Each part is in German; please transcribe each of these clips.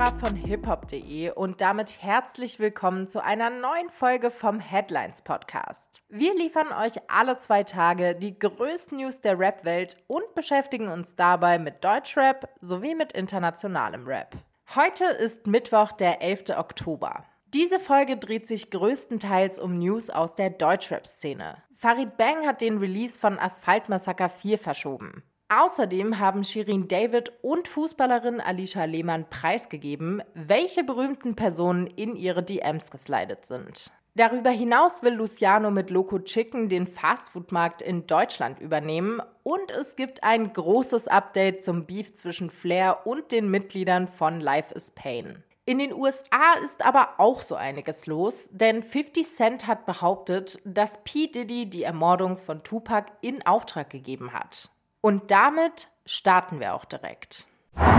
Sarah von hiphop.de und damit herzlich willkommen zu einer neuen Folge vom Headlines Podcast. Wir liefern euch alle 2 Tage die größten News der Rap-Welt und beschäftigen uns dabei mit Deutschrap sowie mit internationalem Rap. Heute ist Mittwoch, der 11. Oktober. Diese Folge dreht sich größtenteils um News aus der Deutschrap-Szene. Farid Bang hat den Release von Asphalt Massaker 4 verschoben. Außerdem haben Shirin David und Fußballerin Alisha Lehmann preisgegeben, welche berühmten Personen in ihre DMs geslidet sind. Darüber hinaus will Luciano mit Loco Chicken den Fastfood-Markt in Deutschland übernehmen und es gibt ein großes Update zum Beef zwischen Flair und den Mitgliedern von Life is Pain. In den USA ist aber auch so einiges los, denn 50 Cent hat behauptet, dass P. Diddy die Ermordung von Tupac in Auftrag gegeben hat. Und damit starten wir auch direkt.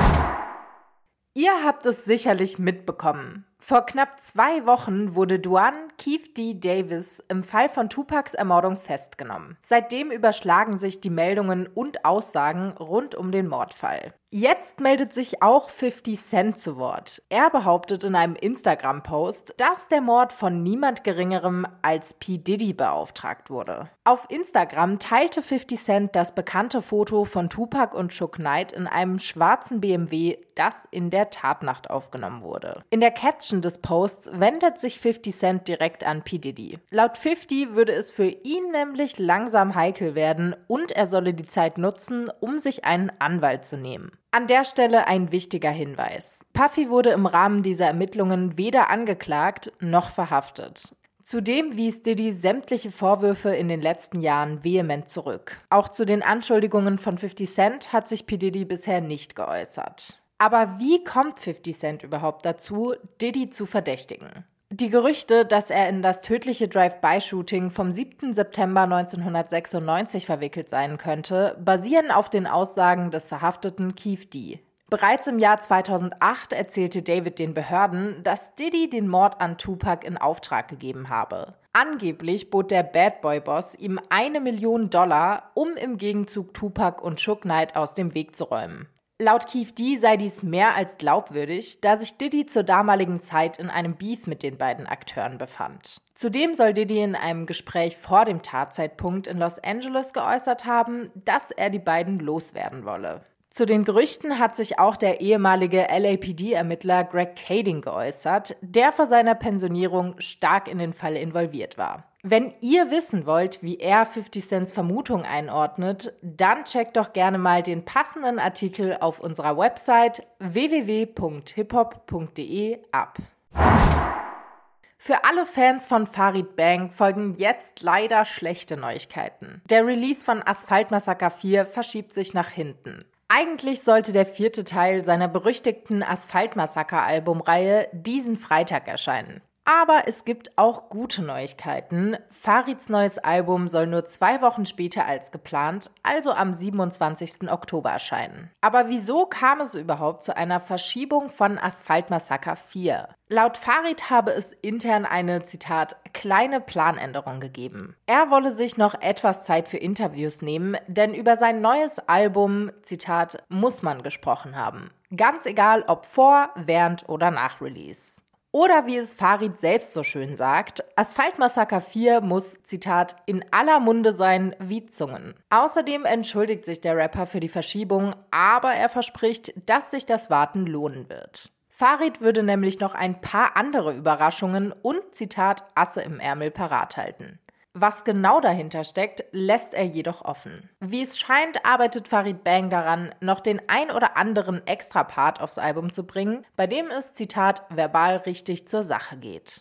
Ihr habt es sicherlich mitbekommen. Vor knapp 2 Wochen wurde Duane Keefe D. Davis im Fall von Tupacs Ermordung festgenommen. Seitdem überschlagen sich die Meldungen und Aussagen rund um den Mordfall. Jetzt meldet sich auch 50 Cent zu Wort. Er behauptet in einem Instagram-Post, dass der Mord von niemand Geringerem als P. Diddy beauftragt wurde. Auf Instagram teilte 50 Cent das bekannte Foto von Tupac und Suge Knight in einem schwarzen BMW, das in der Tatnacht aufgenommen wurde. In der Caption des Posts wendet sich 50 Cent direkt an P. Diddy. Laut 50 würde es für ihn nämlich langsam heikel werden und er solle die Zeit nutzen, um sich einen Anwalt zu nehmen. An der Stelle ein wichtiger Hinweis. Puffy wurde im Rahmen dieser Ermittlungen weder angeklagt noch verhaftet. Zudem wies Diddy sämtliche Vorwürfe in den letzten Jahren vehement zurück. Auch zu den Anschuldigungen von 50 Cent hat sich P. Diddy bisher nicht geäußert. Aber wie kommt 50 Cent überhaupt dazu, Diddy zu verdächtigen? Die Gerüchte, dass er in das tödliche Drive-by-Shooting vom 7. September 1996 verwickelt sein könnte, basieren auf den Aussagen des verhafteten Keefe D. Bereits im Jahr 2008 erzählte David den Behörden, dass Diddy den Mord an Tupac in Auftrag gegeben habe. Angeblich bot der Bad Boy-Boss ihm $1 Million, um im Gegenzug Tupac und Suge Knight aus dem Weg zu räumen. Laut Keefe D. sei dies mehr als glaubwürdig, da sich Diddy zur damaligen Zeit in einem Beef mit den beiden Akteuren befand. Zudem soll Diddy in einem Gespräch vor dem Tatzeitpunkt in Los Angeles geäußert haben, dass er die beiden loswerden wolle. Zu den Gerüchten hat sich auch der ehemalige LAPD-Ermittler Greg Kading geäußert, der vor seiner Pensionierung stark in den Fall involviert war. Wenn ihr wissen wollt, wie er 50 Cents Vermutung einordnet, dann checkt doch gerne mal den passenden Artikel auf unserer Website www.hiphop.de ab. Für alle Fans von Farid Bang folgen jetzt leider schlechte Neuigkeiten. Der Release von Asphalt Massaker 4 verschiebt sich nach hinten. Eigentlich sollte der 4. Teil seiner berüchtigten Asphalt Massaker-Albumreihe diesen Freitag erscheinen. Aber es gibt auch gute Neuigkeiten. Farids neues Album soll nur 2 Wochen später als geplant, also am 27. Oktober erscheinen. Aber wieso kam es überhaupt zu einer Verschiebung von Asphalt Massaker 4? Laut Farid habe es intern eine, Zitat, kleine Planänderung gegeben. Er wolle sich noch etwas Zeit für Interviews nehmen, denn über sein neues Album, Zitat, muss man gesprochen haben. Ganz egal, ob vor, während oder nach Release. Oder wie es Farid selbst so schön sagt, Asphalt Massaker 4 muss, Zitat, in aller Munde sein wie Zungen. Außerdem entschuldigt sich der Rapper für die Verschiebung, aber er verspricht, dass sich das Warten lohnen wird. Farid würde nämlich noch ein paar andere Überraschungen und, Zitat, Asse im Ärmel parat halten. Was genau dahinter steckt, lässt er jedoch offen. Wie es scheint, arbeitet Farid Bang daran, noch den ein oder anderen Extra-Part aufs Album zu bringen, bei dem es, Zitat, verbal richtig zur Sache geht.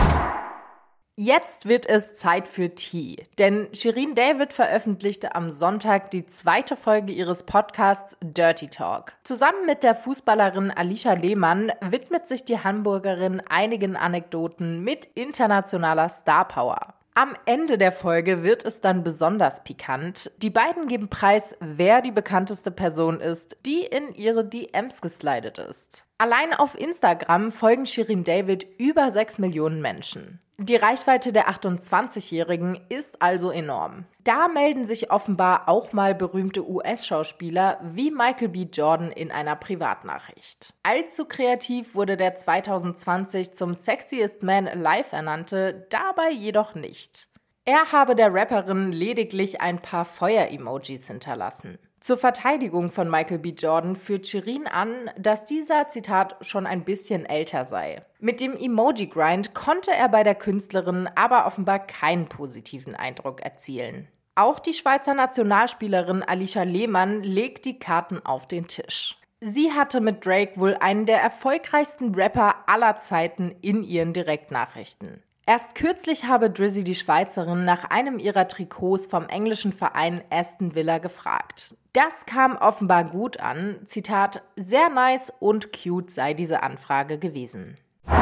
Jetzt wird es Zeit für Tee, denn Shirin David veröffentlichte am Sonntag die 2. Folge ihres Podcasts Dirty Talk. Zusammen mit der Fußballerin Alisha Lehmann widmet sich die Hamburgerin einigen Anekdoten mit internationaler Starpower. Am Ende der Folge wird es dann besonders pikant. Die beiden geben preis, wer die bekannteste Person ist, die in ihre DMs geslidet ist. Allein auf Instagram folgen Shirin David über 6 Millionen Menschen. Die Reichweite der 28-Jährigen ist also enorm. Da melden sich offenbar auch mal berühmte US-Schauspieler wie Michael B. Jordan in einer Privatnachricht. Allzu kreativ wurde der 2020 zum Sexiest Man Alive ernannte dabei jedoch nicht. Er habe der Rapperin lediglich ein paar Feuer-Emojis hinterlassen. Zur Verteidigung von Michael B. Jordan führt Shirin an, dass dieser, Zitat, schon ein bisschen älter sei. Mit dem Emoji-Grind konnte er bei der Künstlerin aber offenbar keinen positiven Eindruck erzielen. Auch die Schweizer Nationalspielerin Alisha Lehmann legt die Karten auf den Tisch. Sie hatte mit Drake wohl einen der erfolgreichsten Rapper aller Zeiten in ihren Direktnachrichten. Erst kürzlich habe Drizzy die Schweizerin nach einem ihrer Trikots vom englischen Verein Aston Villa gefragt. Das kam offenbar gut an. Zitat, sehr nice und cute sei diese Anfrage gewesen.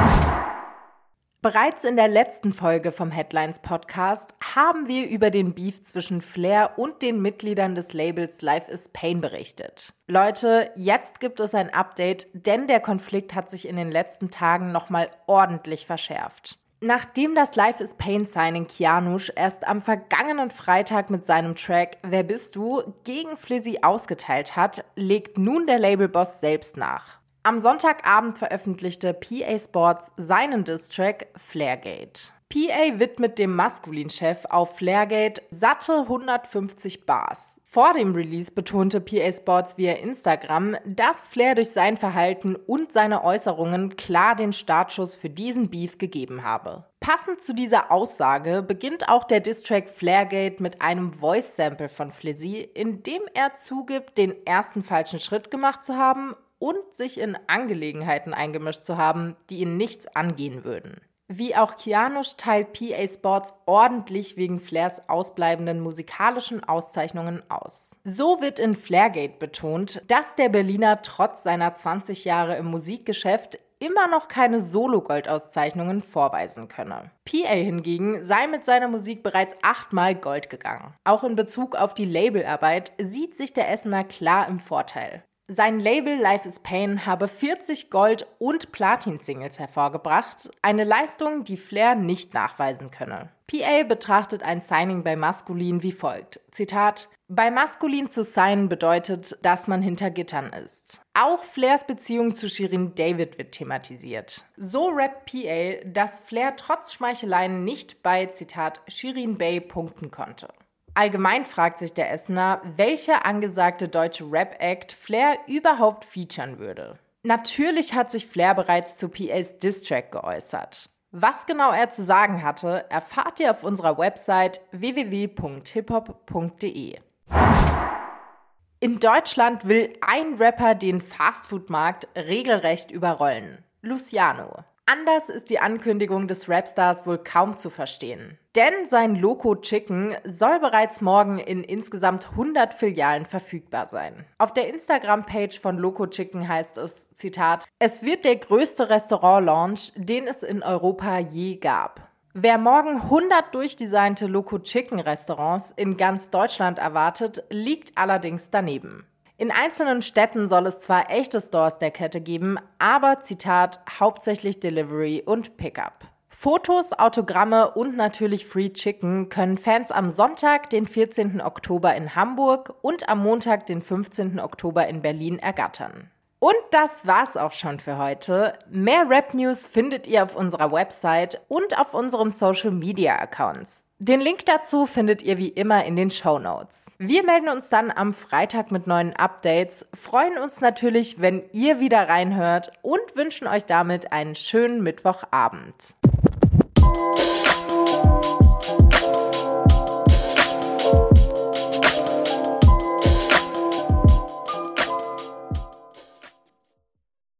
Bereits in der letzten Folge vom Headlines-Podcast haben wir über den Beef zwischen Flair und den Mitgliedern des Labels Life is Pain berichtet. Leute, jetzt gibt es ein Update, denn der Konflikt hat sich in den letzten Tagen nochmal ordentlich verschärft. Nachdem das Life is Pain Signing Kianush erst am vergangenen Freitag mit seinem Track Wer bist du gegen Flizzy ausgeteilt hat, legt nun der Labelboss selbst nach. Am Sonntagabend veröffentlichte PA Sports seinen Diss-Track Flairgate. PA widmet dem Maskulin-Chef auf Flairgate satte 150 Bars. Vor dem Release betonte PA Sports via Instagram, dass Flair durch sein Verhalten und seine Äußerungen klar den Startschuss für diesen Beef gegeben habe. Passend zu dieser Aussage beginnt auch der Diss-Track Flairgate mit einem Voice-Sample von Flizzy, in dem er zugibt, den ersten falschen Schritt gemacht zu haben und sich in Angelegenheiten eingemischt zu haben, die ihn nichts angehen würden. Wie auch Kianush teilt PA Sports ordentlich wegen Flairs ausbleibenden musikalischen Auszeichnungen aus. So wird in Flairgate betont, dass der Berliner trotz seiner 20 Jahre im Musikgeschäft immer noch keine Solo-Gold-Auszeichnungen vorweisen könne. PA hingegen sei mit seiner Musik bereits 8-mal Gold gegangen. Auch in Bezug auf die Labelarbeit sieht sich der Essener klar im Vorteil. Sein Label Life is Pain habe 40 Gold- und Platin-Singles hervorgebracht, eine Leistung, die Flair nicht nachweisen könne. PA betrachtet ein Signing bei Maskulin wie folgt, Zitat, bei Maskulin zu signen bedeutet, dass man hinter Gittern ist. Auch Flairs Beziehung zu Shirin David wird thematisiert. So rappt PA, dass Flair trotz Schmeicheleien nicht bei, Zitat, Shirin Bey punkten konnte. Allgemein fragt sich der Essener, welcher angesagte deutsche Rap-Act Flair überhaupt featuren würde. Natürlich hat sich Flair bereits zu PAs Diss-Track geäußert. Was genau er zu sagen hatte, erfahrt ihr auf unserer Website www.hiphop.de. In Deutschland will ein Rapper den Fastfood-Markt regelrecht überrollen. Luciano. Anders ist die Ankündigung des Rapstars wohl kaum zu verstehen. Denn sein Loco Chicken soll bereits morgen in insgesamt 100 Filialen verfügbar sein. Auf der Instagram-Page von Loco Chicken heißt es, Zitat, es wird der größte Restaurant-Launch, den es in Europa je gab. Wer morgen 100 durchdesignte Loco Chicken Restaurants in ganz Deutschland erwartet, liegt allerdings daneben. In einzelnen Städten soll es zwar echte Stores der Kette geben, aber, Zitat, hauptsächlich Delivery und Pickup. Fotos, Autogramme und natürlich Free Chicken können Fans am Sonntag, den 14. Oktober in Hamburg und am Montag, den 15. Oktober in Berlin ergattern. Und das war's auch schon für heute. Mehr Rap-News findet ihr auf unserer Website und auf unseren Social-Media-Accounts. Den Link dazu findet ihr wie immer in den Shownotes. Wir melden uns dann am Freitag mit neuen Updates, freuen uns natürlich, wenn ihr wieder reinhört und wünschen euch damit einen schönen Mittwochabend.